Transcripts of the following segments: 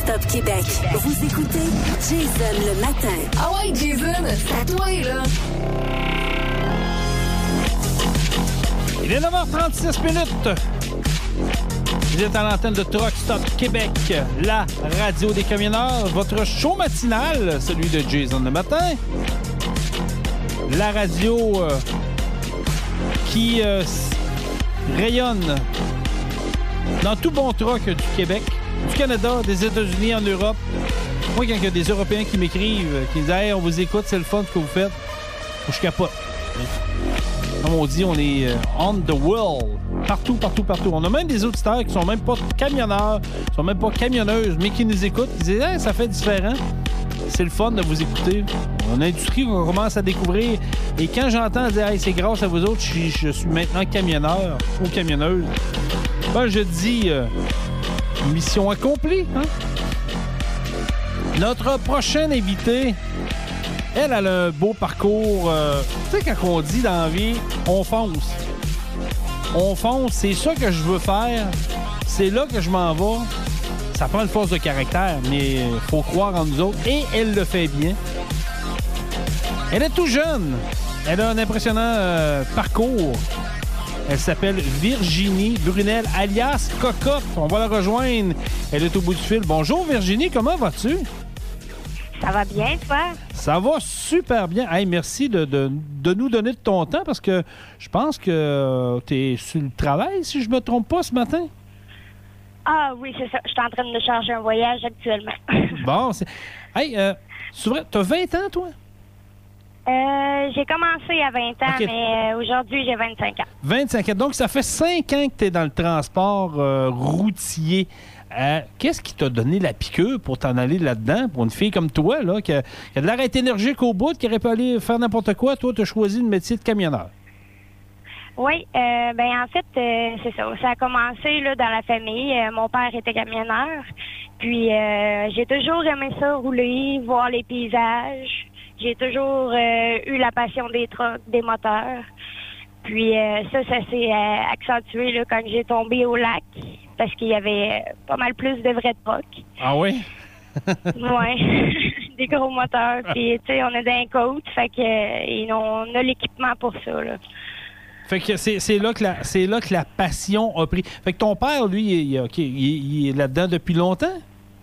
Stop Québec. Vous écoutez Jason le matin. Ah ouais, Jason, c'est à toi, là. Il est 9h36 minutes. Vous êtes à l'antenne de Truck Stop Québec, la radio des camionneurs, votre show matinal, celui de Jason le matin. La radio qui rayonne dans tout bon truck du Québec, du Canada, des États-Unis, en Europe. Moi, quand il y a des Européens qui m'écrivent, qui disent « Hey, on vous écoute, c'est le fun ce que vous faites », je capote. Comme on dit, on est on the world. Partout. On a même des auditeurs qui sont même pas camionneurs, qui sont même pas camionneuses, mais qui nous écoutent, qui disent hey, ça fait différent. C'est le fun de vous écouter. On a une industrie qu'on commence à découvrir. Et quand j'entends dire hey, c'est grâce à vous autres, je suis maintenant camionneur ou camionneuse, ben je dis mission accomplie. Hein? Notre prochaine invitée, elle a un beau parcours. Tu sais, quand on dit dans la vie, on fonce. On fonce, c'est ça que je veux faire. C'est là que je m'en vais. Ça prend une force de caractère, mais il faut croire en nous autres. Et elle le fait bien. Elle est tout jeune. Elle a un impressionnant parcours. Elle s'appelle Virginie Brunel, alias Cocotte. On va la rejoindre. Elle est au bout du fil. Bonjour Virginie, comment vas-tu? Ça va bien, toi? Ça va super bien. Hey, merci de nous donner de ton temps parce que je pense que tu es sur le travail, si je me trompe pas, ce matin. Ah oui, c'est ça. Je suis en train de charger un voyage actuellement. Bon, c'est... Hey, c'est vrai, t'as 20 ans, toi? J'ai commencé à 20 ans, okay. Mais aujourd'hui, j'ai 25 ans. 25 ans. Donc, ça fait 5 ans que tu es dans le transport routier. Qu'est-ce qui t'a donné la piqûre pour t'en aller là-dedans? Pour une fille comme toi, là, qui a de l'air d'être énergique au bout, qui aurait pu aller faire n'importe quoi, toi, tu as choisi le métier de camionneur. Oui, en fait, c'est ça. Ça a commencé là, dans la famille. Mon père était camionneur. Puis, j'ai toujours aimé ça, rouler, voir les paysages. J'ai toujours eu la passion des trucks, des moteurs. Puis, ça s'est accentué là, quand j'ai tombé au lac. Parce qu'il y avait pas mal plus de vrais trucks. Ah oui? Oui, des gros moteurs. Puis, tu sais, on est dans un côte, fait que on a l'équipement pour ça, là. Fait que c'est là que la passion a pris. Fait que ton père, lui, il est là-dedans depuis longtemps?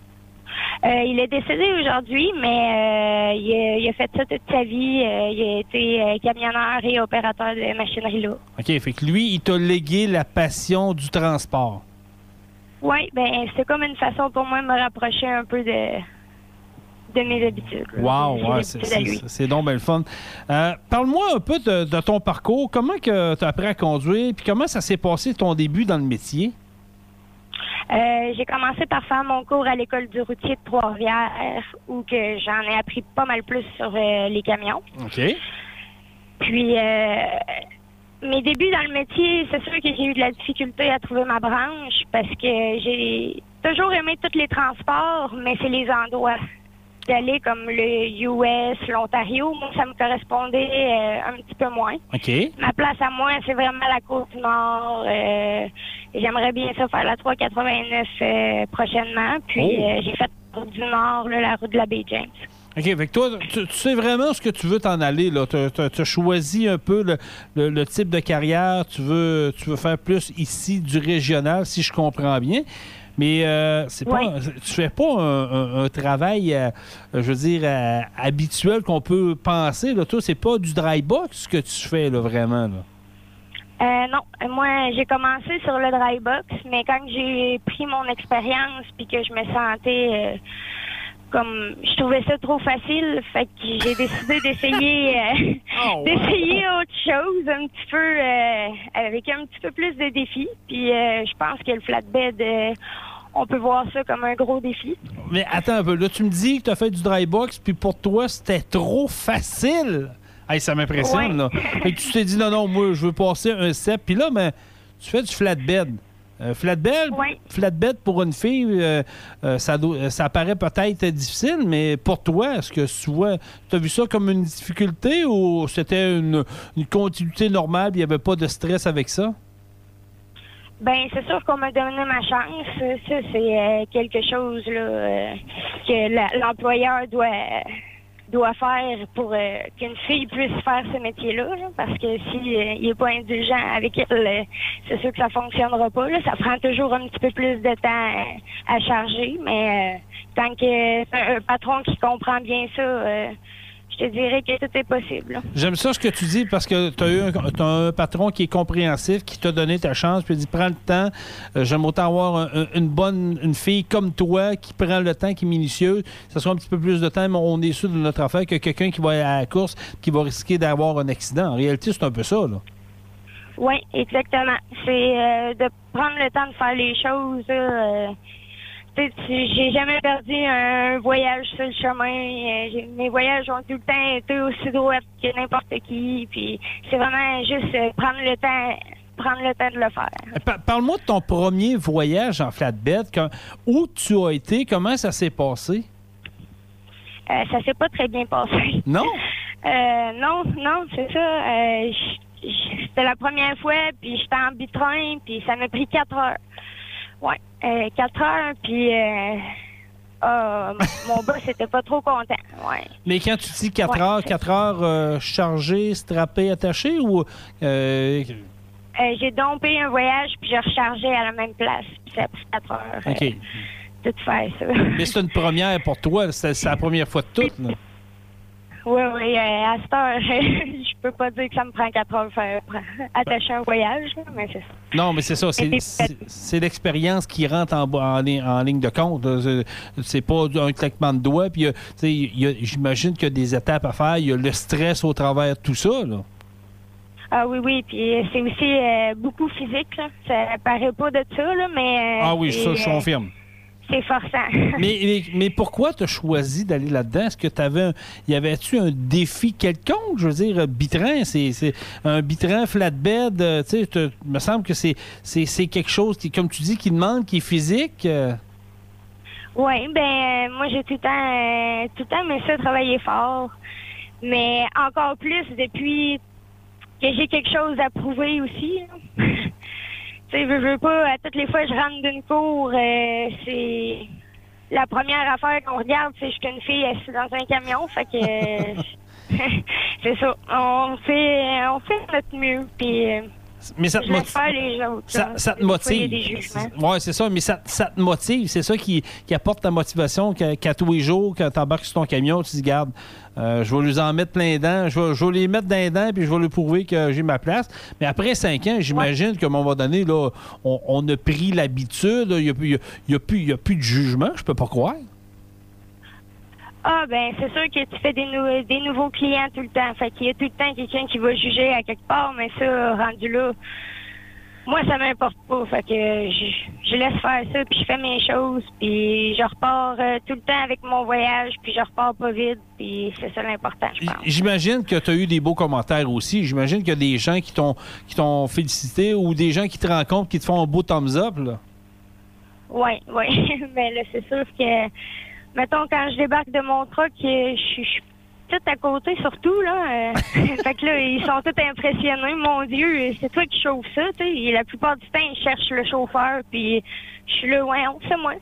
Il est décédé aujourd'hui, mais il a fait ça toute sa vie. Il a été camionneur et opérateur de machinerie là. OK, fait que lui, il t'a légué la passion du transport. Oui, bien, c'est comme une façon pour moi de me rapprocher un peu de mes habitudes. Wow, ouais, c'est donc bien le fun. Parle-moi un peu de ton parcours. Comment tu as appris à conduire, puis comment ça s'est passé ton début dans le métier? J'ai commencé par faire mon cours à l'école du routier de Trois-Rivières, où que j'en ai appris pas mal plus sur les camions. OK. Puis, mes débuts dans le métier, c'est sûr que j'ai eu de la difficulté à trouver ma branche parce que j'ai toujours aimé tous les transports, mais c'est les endroits. D'aller comme le US, l'Ontario, moi, ça me correspondait un petit peu moins. OK. Ma place à moi, c'est vraiment la Côte-Nord. J'aimerais bien ça faire la 389 prochainement. Puis j'ai fait la route du Nord, là, la route de la baie James. OK, fait que toi, tu sais vraiment ce que tu veux t'en aller, là. Tu as choisi un peu le type de carrière. Tu veux faire plus ici du régional, si je comprends bien. Mais c'est pas, tu fais pas un travail, je veux dire, habituel qu'on peut penser. Là. Toi, c'est pas du dry box que tu fais, là, vraiment, là. Non. Moi, j'ai commencé sur le dry box, mais quand j'ai pris mon expérience puis que je me sentais comme je trouvais ça trop facile, fait que j'ai décidé d'essayer d'essayer autre chose, un petit peu avec un petit peu plus de défis. Puis je pense que le flatbed, on peut voir ça comme un gros défi. Mais attends un peu, là tu me dis que tu as fait du dry box, puis pour toi c'était trop facile. Hey, ça m'impressionne, là. Fait que tu t'es dit non, moi je veux passer un CEP, puis là, ben, tu fais du flatbed. Flatbed pour une fille, ça paraît peut-être difficile, mais pour toi, est-ce que tu as vu ça comme une difficulté ou c'était une continuité normale et il n'y avait pas de stress avec ça? Ben, c'est sûr qu'on m'a donné ma chance. Ça, c'est quelque chose là que l'employeur doit faire pour qu'une fille puisse faire ce métier-là. Là, parce que il est pas indulgent avec elle, c'est sûr que ça fonctionnera pas. Là. Ça prend toujours un petit peu plus de temps à charger, mais tant que c'est un patron qui comprend bien ça, je te dirais que tout est possible. Là. J'aime ça ce que tu dis parce que tu as un patron qui est compréhensif, qui t'a donné ta chance, puis il dit prends le temps. J'aime autant avoir une fille comme toi qui prend le temps, qui est minutieuse. Ça soit un petit peu plus de temps, mais on est sûr de notre affaire que quelqu'un qui va aller à la course, qui va risquer d'avoir un accident. En réalité, c'est un peu ça, là. Oui, exactement. C'est de prendre le temps de faire les choses. J'ai jamais perdu un voyage sur le chemin. Mes voyages ont tout le temps été aussi droits que n'importe qui. Puis c'est vraiment juste prendre le temps de le faire. Parle-moi de ton premier voyage en flatbed. Où tu as été? Comment ça s'est passé? Ça s'est pas très bien passé. Non? Non, c'est ça. C'était la première fois, puis j'étais en bitrain, puis ça m'a pris 4 heures. Ouais, 4 heures, puis mon boss était pas trop content. Ouais. Mais quand tu dis 4 heures chargé, strappé, attaché ou... j'ai dompé un voyage, puis je rechargeais à la même place, puis ça a pris 4 heures. OK. Tout faire ça. Mais c'est une première pour toi, c'est la première fois de tout, là. Oui, à cette heure, je peux pas dire que ça me prend 4 heures pour attacher un voyage, mais c'est ça. Non, mais c'est ça, c'est l'expérience qui rentre en ligne de compte. C'est pas un claquement de doigts, puis j'imagine qu'il y a des étapes à faire, il y a le stress au travers de tout ça, là. Ah oui, puis c'est aussi beaucoup physique, là. Ça paraît pas de ça, là, mais... ah oui, ça, je confirme. C'est forçant. mais pourquoi tu as choisi d'aller là-dedans? Est-ce que y avait-tu un défi quelconque? Je veux dire, bitrain, c'est un bitrain flatbed. Tu sais, il me semble que c'est quelque chose qui, comme tu dis, qui demande, qui est physique. Oui, moi, j'ai tout le temps aimé ça, travailler fort. Mais encore plus depuis que j'ai quelque chose à prouver aussi. Tu sais, veux pas, à toutes les fois que je rentre d'une cour, c'est la première affaire qu'on regarde, c'est que je suis une fille assise dans un camion, fait que c'est ça. On fait notre mieux, puis mais ça te motive. Faire les autres, ça te motive. Oui, c'est ça, mais ça te motive. C'est ça qui apporte ta motivation qu'à tous les jours, quand tu embarques sur ton camion, tu te dis, garde, je vais lui en mettre plein dents, je vais les mettre dans les dents, puis je vais lui prouver que j'ai ma place. Mais après 5 ans, j'imagine qu'à un moment donné, là, on a pris l'habitude, il n'y a plus de jugement, je peux pas croire. Ah, ben c'est sûr que tu fais des nouveaux clients tout le temps. Fait qu'il y a tout le temps quelqu'un qui va juger à quelque part, mais ça, rendu là, moi, ça m'importe pas. Fait que je laisse faire ça, puis je fais mes choses, puis je repars tout le temps avec mon voyage, puis je repars pas vite, puis c'est ça l'important, je pense. J'imagine que tu as eu des beaux commentaires aussi. J'imagine qu'il y a des gens qui t'ont félicité ou des gens qui te rencontrent, qui te font un beau thumbs up, là. Oui. Mais là, c'est sûr que... Mettons, quand je débarque de mon truck, je suis tout à côté, surtout, là. Fait que là, ils sont tous impressionnés. Mon Dieu, c'est toi qui chauffe ça, tu sais. La plupart du temps, ils cherchent le chauffeur, puis je suis là, ouais, c'est moi.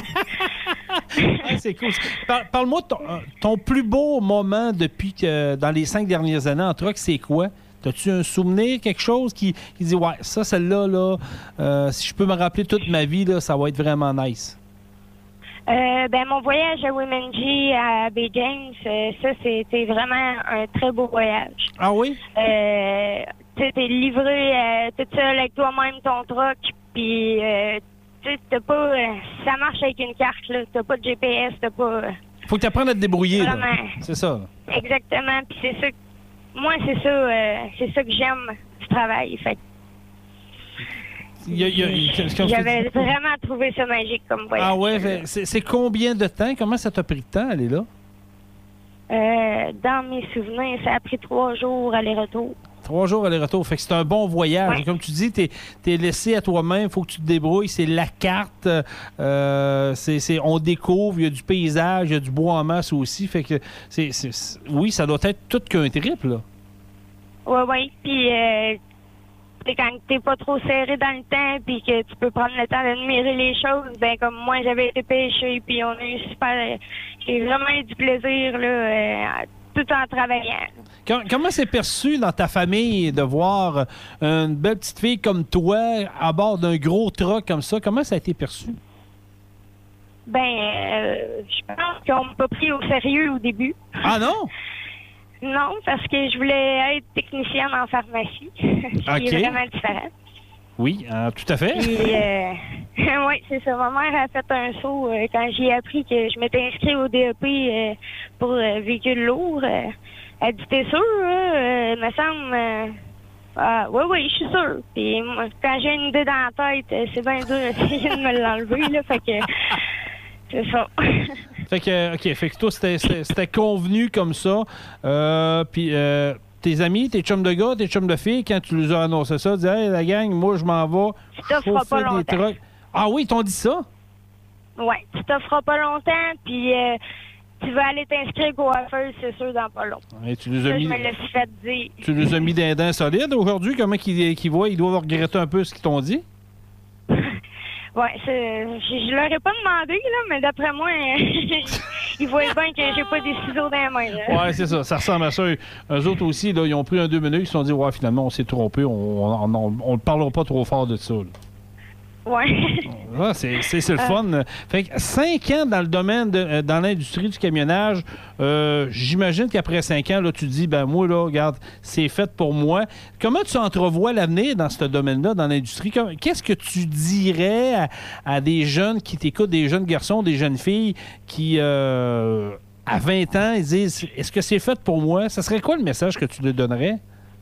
C'est cool. Parle-moi de ton plus beau moment depuis dans les 5 dernières années en truck, c'est quoi? As-tu un souvenir, quelque chose qui dit, ouais, ça, celle-là, là, si je peux me rappeler toute ma vie, là, ça va être vraiment nice? Mon voyage à Womenji à Bay James, ça, c'était vraiment un très beau voyage. Ah oui? Tu t'es livré tout seul avec toi-même ton truck, puis t'as pas... ça marche avec une carte, là. T'as pas de GPS, t'as pas... Faut que tu apprennes à te débrouiller, vraiment. Là. C'est ça. Exactement, puis c'est ça... Moi, c'est ça que j'aime du travail, fait. J'avais vraiment trouvé ça magique comme voyage. Ah ouais? C'est combien de temps? Comment ça t'a pris de temps, aller là? Dans mes souvenirs, ça a pris 3 jours aller-retour. 3 jours aller-retour. Fait que c'est un bon voyage. Ouais. Comme tu dis, t'es laissé à toi-même. Il faut que tu te débrouilles. C'est la carte. On découvre. Il y a du paysage. Il y a du bois en masse aussi. Fait que oui, ça doit être tout qu'un trip, là. Oui. Puis c'est quand t'es pas trop serré dans le temps puis que tu peux prendre le temps d'admirer les choses, ben comme moi j'avais été pêcher puis on a eu super, j'ai vraiment eu du plaisir là, tout en travaillant. Comment c'est perçu dans ta famille de voir une belle petite fille comme toi à bord d'un gros truck comme ça? Comment ça a été perçu? Je pense qu'on m'a pas pris au sérieux au début. Ah non? Non, parce que je voulais être technicienne en pharmacie. C'est vraiment différent. Oui, tout à fait. Oui, c'est ça. Ma mère a fait un saut quand j'ai appris que je m'étais inscrite au DEP pour véhicule lourd. Elle dit, t'es sûre, me semble... oui, je suis sûre. Puis moi, quand j'ai une idée dans la tête, c'est bien dur d'essayer de me l'enlever, là. Fait que... C'est ça. Fait que toi, c'était convenu comme ça. Puis tes amis, tes chums de gars, tes chums de filles, quand tu leur as annoncé ça, disaient, hey, la gang, moi, je m'en vais. Tu t'offres pas longtemps. Ah oui, ils t'ont dit ça? Oui, tu t'offres pas longtemps, puis tu vas aller t'inscrire coiffeuse, c'est sûr, dans pas long. Et tu nous as mis... Je me l'ai fait dire. Tu nous as mis des dents solides aujourd'hui? Comment qu'ils voient? Ils doivent regretter un peu ce qu'ils t'ont dit? Oui, je leur ai pas demandé, là, mais d'après moi, ils voyaient bien que j'ai pas des ciseaux dans les mains. Oui, c'est ça. Ça ressemble à ça. Eux autres aussi, là, ils ont pris un 2 minutes, ils se sont dit, ouais, finalement, on s'est trompé, on ne parlera pas trop fort de ça. Oui. Ah, c'est le fun. Fait que 5 ans dans le domaine, dans l'industrie du camionnage, j'imagine qu'après 5 ans, là, tu te dis, ben moi, là, regarde, c'est fait pour moi. Comment tu entrevois l'avenir dans ce domaine-là, dans l'industrie? Qu'est-ce que tu dirais à des jeunes qui t'écoutent, des jeunes garçons, des jeunes filles qui, à 20 ans, ils disent, est-ce que c'est fait pour moi? Ça serait quoi le message que tu leur donnerais?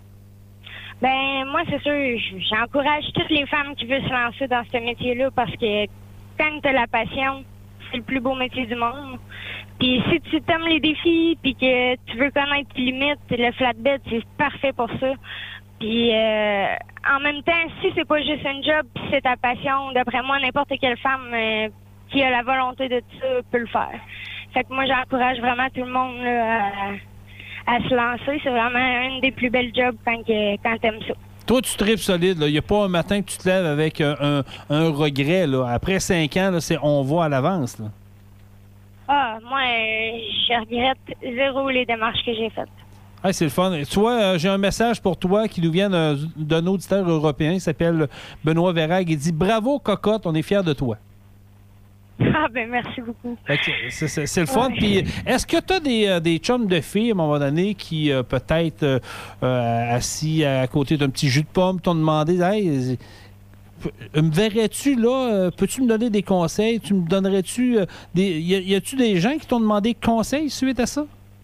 Moi, c'est sûr, j'encourage toutes les femmes qui veulent se lancer dans ce métier-là parce que quand tu as la passion, c'est le plus beau métier du monde. Puis si tu aimes les défis puis que tu veux connaître tes limites, le flatbed, c'est parfait pour ça. Puis en même temps, si c'est pas juste un job puis c'est ta passion, d'après moi, n'importe quelle femme qui a la volonté de ça peut le faire. Fait que moi, j'encourage vraiment tout le monde là, à se lancer. C'est vraiment une des plus belles jobs quand t'aimes ça. Toi, tu tripes solide. Il n'y a pas un matin que tu te lèves avec un regret. Là. Après 5 ans, là, on va à l'avance. Là. Moi, je regrette zéro les démarches que j'ai faites. Ah, c'est le fun. Toi, j'ai un message pour toi qui nous vient d'un auditeur européen. Il s'appelle Benoît Verhaeghe. Il dit « Bravo, cocotte, on est fiers de toi ». Merci beaucoup. C'est le fun. Puis, est-ce que tu as des chums de filles à un moment donné qui, peut-être, assis à côté d'un petit jus de pomme, t'ont demandé hey, me verrais-tu là? Peux-tu me donner des conseils? Tu me donnerais-tu y a-tu des gens qui t'ont demandé conseils suite à ça?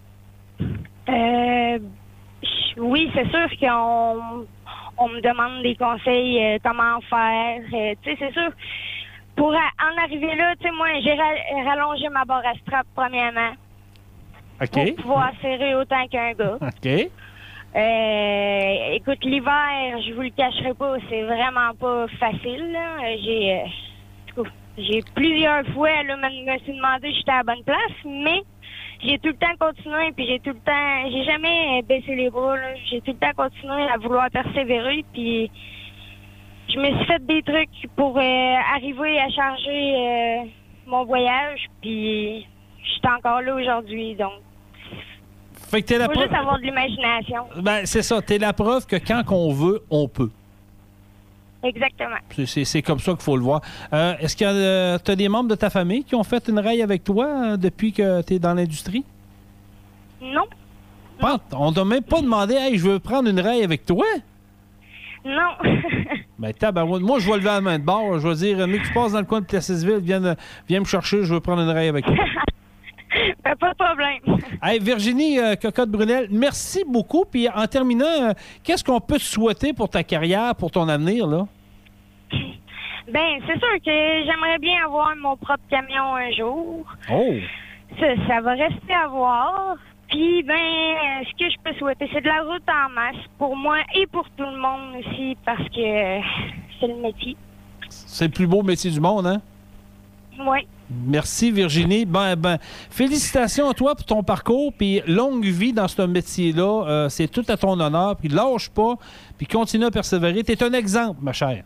Oui, c'est sûr qu'on me demande des conseils, comment faire. Tu sais, c'est sûr. Pour en arriver là, tu sais, moi, j'ai rallongé ma barre à strap, premièrement. OK. Pour pouvoir serrer autant qu'un gars. OK. Écoute, l'hiver, je vous le cacherai pas, c'est vraiment pas facile, là. J'ai plusieurs fois, là, me suis demandé si j'étais à la bonne place, mais j'ai tout le temps continué, puis j'ai jamais baissé les bras, là. J'ai tout le temps continué à vouloir persévérer, puis je me suis fait des trucs pour arriver à charger mon voyage, puis je suis encore là aujourd'hui, donc. Fait que t'es la faut juste avoir de l'imagination. Ben, c'est ça. T'es la preuve que quand on veut, on peut. Exactement. C'est comme ça qu'il faut le voir. Est-ce que tu as des membres de ta famille qui ont fait une raille avec toi depuis que tu es dans l'industrie? Non. On t'a même pas demandé « Hey, je veux prendre une raille avec toi? » Non. Ben, moi, je vais lever la main de bord. Je vais dire, mais que tu passes dans le coin de Plessisville, viens me chercher, je veux prendre une raille avec toi. Pas de problème. Hey, Virginie Cocotte-Brunel, merci beaucoup. Puis en terminant, qu'est-ce qu'on peut te souhaiter pour ta carrière, pour ton avenir, là? C'est sûr que j'aimerais bien avoir mon propre camion un jour. Oh! Ça va rester à voir. Puis, ce que je peux souhaiter, c'est de la route en masse pour moi et pour tout le monde aussi, parce que c'est le métier. C'est le plus beau métier du monde, hein? Oui. Merci, Virginie. Félicitations à toi pour ton parcours, puis longue vie dans ce métier-là. C'est tout à ton honneur, puis lâche pas, puis continue à persévérer. Tu es un exemple, ma chère.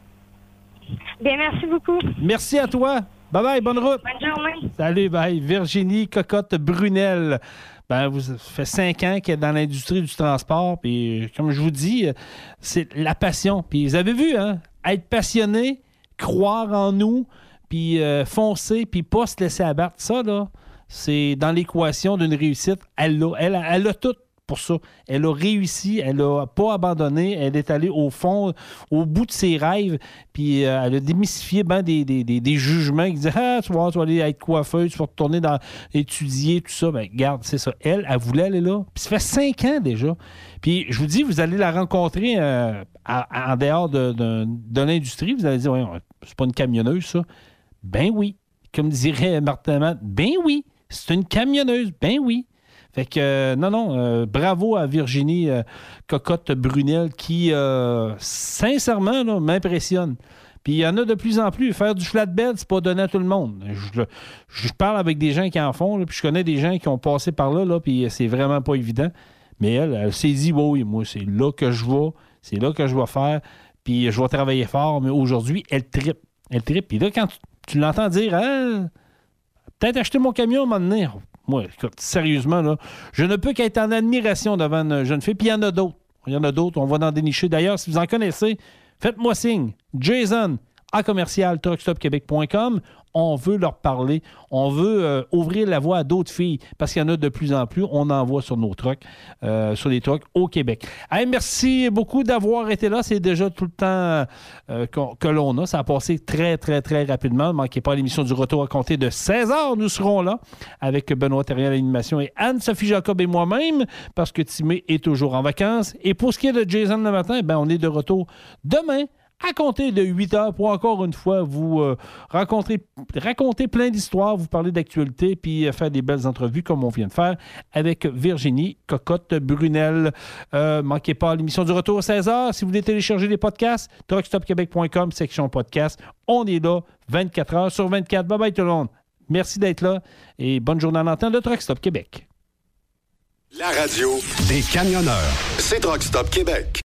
Bien, merci beaucoup. Merci à toi. Bye-bye, bonne route. Bonne journée. Salut, bye. Virginie Cocotte-Brunel. Ça fait 5 ans qu'elle est dans l'industrie du transport. Puis, comme je vous dis, c'est la passion. Puis, vous avez vu, hein? Être passionné, croire en nous, puis foncer, puis pas se laisser abattre. Ça, là, c'est dans l'équation d'une réussite. Elle a tout pour ça. Elle a réussi, elle n'a pas abandonné, elle est allée au fond, au bout de ses rêves, puis elle a démystifié des jugements qui disaient « tu vas aller être coiffeuse, tu vas retourner étudier, tout ça. » Regarde, c'est ça. Elle voulait aller là. Puis ça fait 5 ans déjà. Puis je vous dis, vous allez la rencontrer en dehors de l'industrie. Vous allez dire ouais, « c'est pas une camionneuse, ça. » Ben oui. Comme dirait Martin Matt, ben oui. C'est une camionneuse. Ben oui. Fait que, bravo à Virginie Cocotte-Brunel qui, sincèrement, là, m'impressionne. Puis il y en a de plus en plus. Faire du flatbed, c'est pas donné à tout le monde. Je parle avec des gens qui en font, là, puis je connais des gens qui ont passé par là, puis c'est vraiment pas évident. Mais elle s'est dit, oui, moi, c'est là que je vais, c'est là que je vais faire, puis je vais travailler fort. Mais aujourd'hui, elle trippe. Elle trippe. Puis là, quand tu l'entends dire, peut-être acheter mon camion à un moment donné. Moi, écoute, sérieusement, là, je ne peux qu'être en admiration devant une jeune fille. Puis il y en a d'autres. Il y en a d'autres. On va en dénicher. D'ailleurs, si vous en connaissez, faites-moi signe. Jason, @truckstopquebec.com. On veut leur parler. On veut ouvrir la voie à d'autres filles parce qu'il y en a de plus en plus. On en voit sur nos trucks, sur les trucks au Québec. Hey, merci beaucoup d'avoir été là. C'est déjà tout le temps que l'on a. Ça a passé très, très, très rapidement. Ne manquez pas l'émission du retour à compter de 16h. Nous serons là avec Benoît Thérien à l'animation et Anne-Sophie Jacob et moi-même parce que Timé est toujours en vacances. Et pour ce qui est de Jason le matin, on est de retour demain à compter de 8 heures pour encore une fois vous raconter plein d'histoires, vous parler d'actualité puis faire des belles entrevues comme on vient de faire avec Virginie Cocotte-Brunel. Manquez pas l'émission du retour à 16h. Si vous voulez télécharger les podcasts, truckstopquebec.com, section podcast. On est là 24 heures sur 24. Bye bye tout le monde. Merci d'être là et bonne journée à l'antenne de Truck Stop Québec. La radio des camionneurs. C'est Truck Stop Québec.